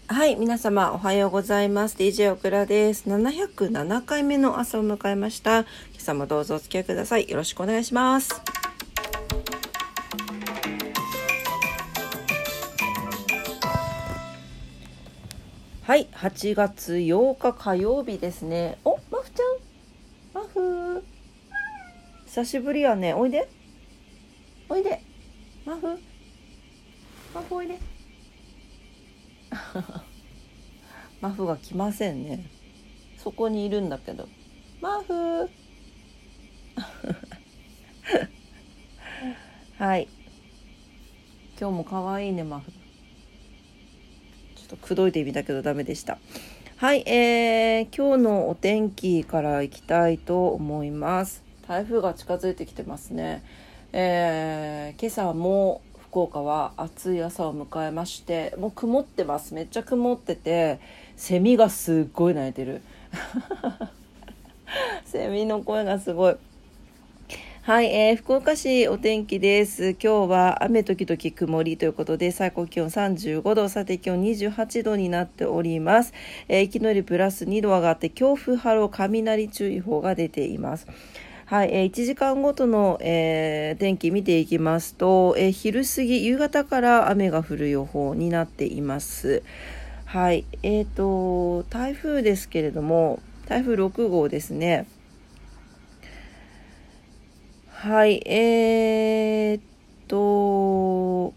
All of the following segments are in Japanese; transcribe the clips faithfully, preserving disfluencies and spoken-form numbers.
はい、皆様おはようございます。ディージェー オクラです。ななひゃくななかいめの朝を迎えました。今朝もどうぞお付き合いください。よろしくお願いします。はい、はちがつようか火曜日ですね。お、マフちゃん、マフ久しぶりやね。おいでおいでマフマフおいでマフが来ませんね。そこにいるんだけど、マフはい、今日も可愛いね。マフちょっと口説いてみたけどダメでした。はい、えー、今日のお天気からいきたいと思います。台風が近づいてきてますね。えー、今朝も福岡は暑い朝を迎えまして、もう曇ってます。めっちゃ曇ってて、セミがすっごい鳴いてるセミの声がすごい。はい、えー、福岡市お天気です。今日は雨時々曇りということで、最高気温さんじゅうごど、最低気温にじゅうはちどになっております。えー、昨日よりプラスにど上がって、強風波浪雷注意報が出ています。はい、えー、いちじかんごとの、えー、天気見ていきますと、えー、昼過ぎ、夕方から雨が降る予報になっています。はい、えーと、台風ですけれども、台風ろくごうですね。はい、えーっと、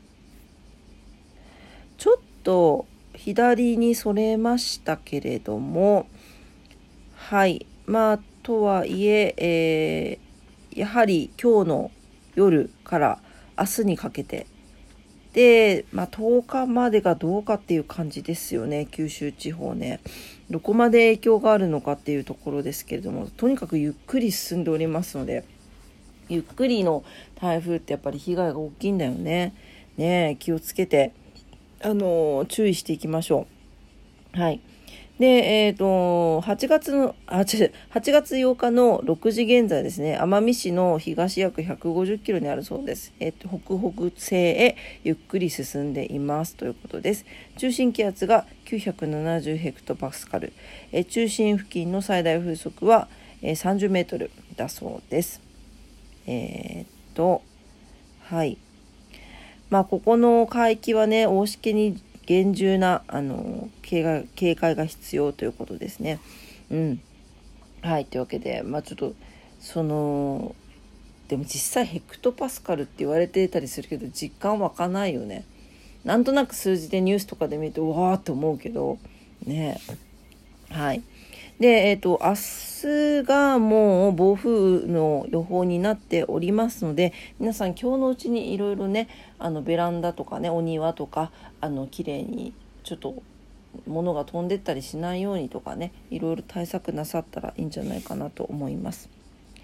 ちょっと左にそれましたけれども、はい、まあ、とはいえ、えーやはり今日の夜から明日にかけて、で、まあ、とおかまでがどうかっていう感じですよね。九州地方ね。どこまで影響があるのかっていうところですけれども、とにかくゆっくり進んでおりますので、ゆっくりの台風ってやっぱり被害が大きいんだよね。ねえ、気をつけて、あのー注意していきましょう。はい。で、えっと、はちがつの、あ、違う、はちがつようかのろくじ現在ですね、奄美市の東約ひゃくごじゅっキロにあるそうです。えっと、北北西へゆっくり進んでいますということです。中心気圧がきゅうひゃくななじゅうヘクトパスカル。え中心付近の最大風速は、えさんじゅうメートルだそうです。えーっと、はい。まあ、ここの海域はね、大しけに厳重な、あの、警戒、警戒が必要ということですね。うん。はい。というわけで、まあ、ちょっと、その、でも実際ヘクトパスカルって言われてたりするけど、実感湧かないよね。なんとなく数字でニュースとかで見ると、うわーって思うけど、ね。はい。で、えっと、明日がもう暴風の予報になっておりますので、皆さん今日のうちにいろいろね、あのベランダとかね、お庭とか、あの綺麗にちょっと物が飛んでったりしないようにとかね、いろいろ対策なさったらいいんじゃないかなと思います。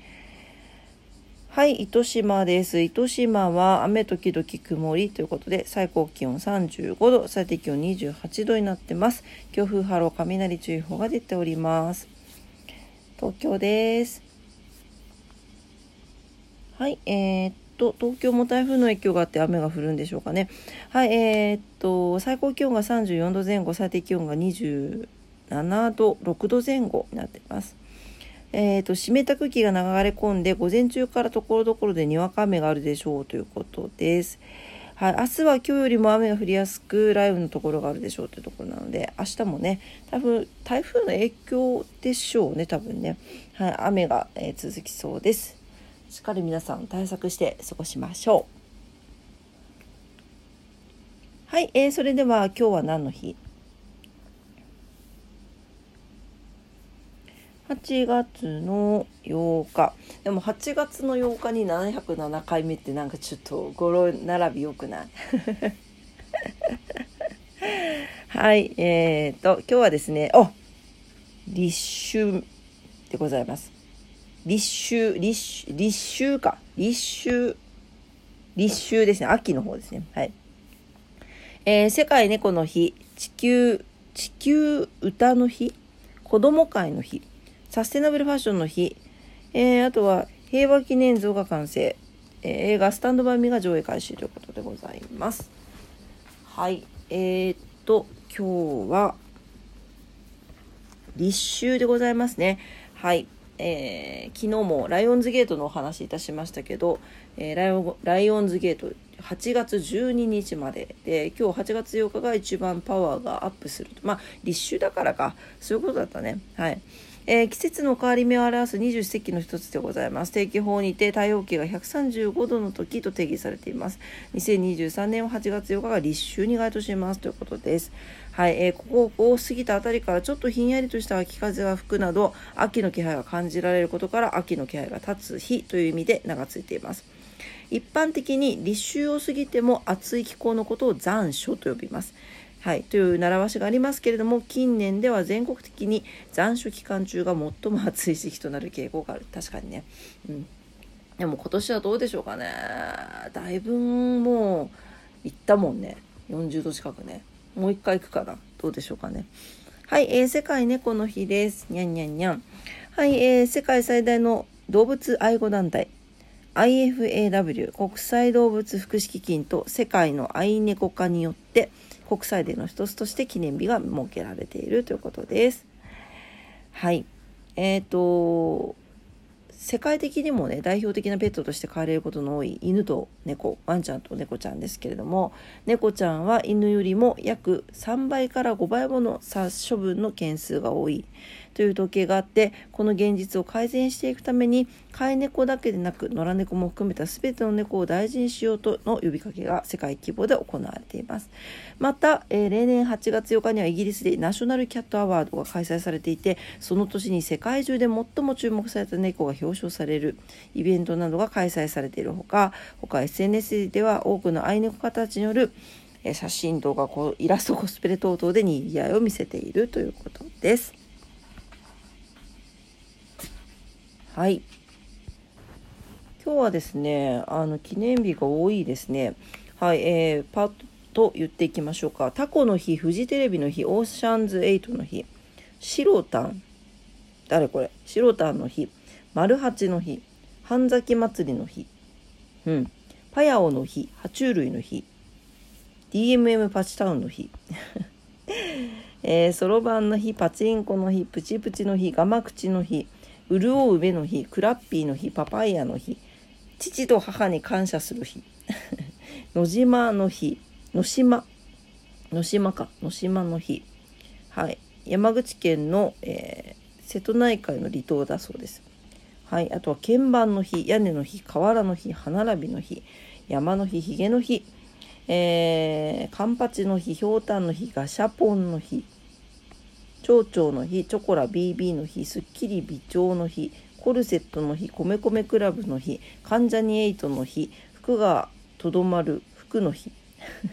はい、糸島です。糸島は雨時々曇りということで、最高気温さんじゅうごど、最低気温にじゅうはちどになってます。強風波浪雷注意報が出ております。東京です。はい、えー、っと、東京も台風の影響があって雨が降るんでしょうかね。はい、えー、っと、最高気温がさんじゅうよんどぜん後、最低気温がにじゅうななど、ろくどぜん後になっています。えー、と湿った空気が流れ込んで午前中からところどころでにわか雨があるでしょうということです。はい、明日は今日よりも雨が降りやすく雷雨のところがあるでしょうというところなので、明日もね多分台風の影響でしょうね。多分ね、はい、雨が、えー、続きそうです。しっかり皆さん対策して過ごしましょう。はい、えー、それでは今日は何の日？はちがつのようか。でもはちがつのようかにななひゃくななかいめってなんかちょっと語呂並び良くないはい、えーと、今日はですね、お立秋でございます。立秋、立秋、立秋か。立秋、立秋ですね。秋の方ですね。はい。えー世界猫の日、地球、地球歌の日、子供会の日、サステナブルファッションの日、えーあとは平和記念像が完成、えー映画スタンドバイミーが上映開始ということでございます。はい。えーっと今日は立秋でございますね。はい、えー、昨日もライオンズゲートのお話いたしましたけど、えー、ライオン、ライオンズゲートはちがつじゅうににちまでで、今日はちがつようかが一番パワーがアップすると。まあ立秋だからか、そういうことだったね。はい。えー、季節の変わり目を表す二十四節気の一つでございます。天気法にて太陽気がひゃくさんじゅうごどの時と定義されています。にせんにじゅうさんねんははちがつようかが立秋に該当しますということです。はい、えー、ここを過ぎたあたりからちょっとひんやりとした秋風が吹くなど、秋の気配が感じられることから、秋の気配が立つ日という意味で名がついています。一般的に立秋を過ぎても暑い気候のことを残暑と呼びます。はい、という習わしがありますけれども、近年では全国的に残暑期間中が最も暑い時期となる傾向がある。確かにね、うん、でも今年はどうでしょうかね。だいぶもう行ったもんね。よんじゅうど近くね。もう一回行くかな。どうでしょうかね。はい、えー、世界猫の日です。にゃんにゃんにゃん。はい、えー、世界最大の動物愛護団体 アイエフエーダブリュー 国際動物福祉基金と世界の愛猫家によって国際デーの一つとして記念日が設けられているということです。はい。えっと、世界的にもね、代表的なペットとして飼われることの多い犬と猫、ワンちゃんと猫ちゃんですけれども、猫ちゃんは犬よりも約さんばいからごばいもの殺処分の件数が多いという統計があって、この現実を改善していくために、飼い猫だけでなく野良猫も含めた全ての猫を大事にしようとの呼びかけが世界規模で行われています。また、えー、例年はちがつようかにはイギリスでナショナルキャットアワードが開催されていて、その年に世界中で最も注目された猫が表彰されるイベントなどが開催されているほか、他 エスエヌエス では多くの愛猫家たちによる写真、動画、イラスト、コスプレ等々で賑わいを見せているということです。はい、今日はですね、あの記念日が多いですね。はい、えー、パッと言っていきましょうか。タコの日、フジテレビの日、オーシャンズエイトの日、シロタン、誰これ、シロタンの日、マルハチの日、半咲き祭りの日、うん、パヤオの日、爬虫類の日、ディーエムエム パチタウンの日、そろばんの日、パチンコの日、プチプチの日、ガマ口の日、潤う梅の日、クラッピーの日、パパイヤの日、父と母に感謝する日、野島の日、野島、野島か、野島の日、はい、山口県の、えー、瀬戸内海の離島だそうです。はい、あとは鍵盤の日、屋根の日、瓦の日、歯並びの日、山の日、ひげの日、えー、カンパチの日、ひょうたんの日、ガシャポンの日、蝶々の日、チョコラ ビービー の日、スッキリ美鳥の日、コルセットの日、コメコメクラブの日、関ジャニエイトの日、服がとどまる服の日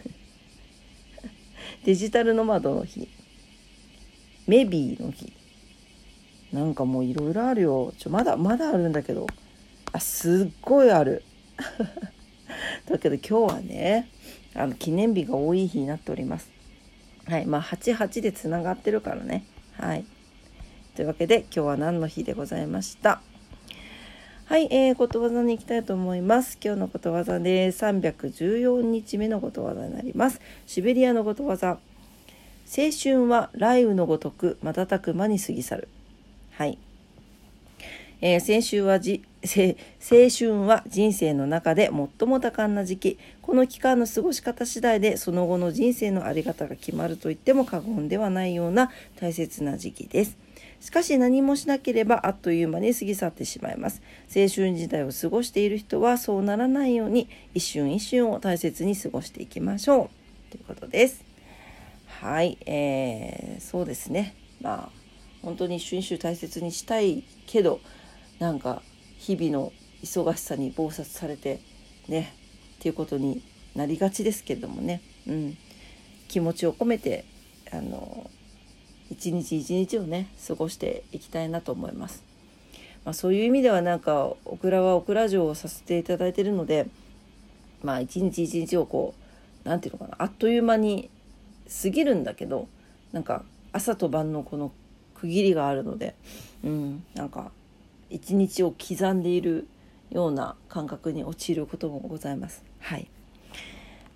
デジタルノマドの日、メビーの日、なんかもういろいろあるよ。ちょまだまだあるんだけど、あ、すっごいあるだけど今日はね、あの記念日が多い日になっております。はい、まあはちはちでつながってるからね。はい。というわけで今日は何の日でございました。はい、えー、ことわざに行きたいと思います。今日のことわざでさんびゃくじゅうよっかめのことわざになります。シベリアのことわざ。青春は雷雨のごとく瞬く間に過ぎ去る。はい。えー、青春はじ青春は人生の中で最も多感な時期。この期間の過ごし方次第でその後の人生のあり方が決まると言っても過言ではないような大切な時期です。しかし何もしなければあっという間に過ぎ去ってしまいます。青春時代を過ごしている人はそうならないように一瞬一瞬を大切に過ごしていきましょうということです。はい、えー、そうですね。まあ本当に一瞬一瞬大切にしたいけど、なんか日々の忙しさに忙殺されてねっていうことになりがちですけれどもね、うん、気持ちを込めてあの一日一日をね過ごしていきたいなと思います。まあ、そういう意味ではなんかオクラはオクラ城をさせていただいているので、まあ一日一日をこうなんていうのかな、あっという間に過ぎるんだけど、なんか朝と晩のこの区切りがあるので、うん、なんか一日を刻んでいるような感覚に陥ることもございます。はい。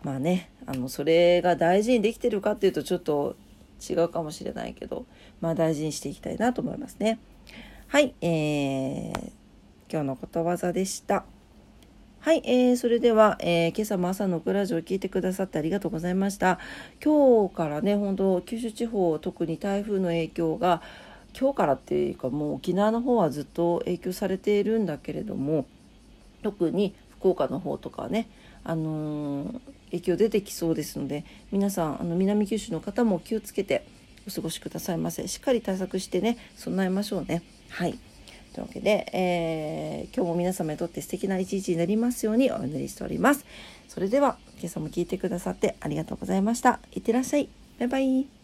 まあね、あのそれが大事にできてるかっていうとちょっと違うかもしれないけど、まあ大事にしていきたいなと思いますね。はい、えー、今日のことわざでした。はい、えー、それでは、えー、今朝も朝のクラジオを聞いてくださってありがとうございました。今日からね、本当九州地方、特に台風の影響が今日からっていうか、もう沖縄の方はずっと影響されているんだけれども、特に福岡の方とかはね、あのー、影響出てきそうですので、皆さんあの南九州の方も気をつけてお過ごしくださいませ。しっかり対策してね、備えましょうね。はい、というわけで、えー、今日も皆様にとって素敵な一日になりますようにお祈りしております。それでは今朝も聞いてくださってありがとうございました。いってらっしゃい。バイバイ。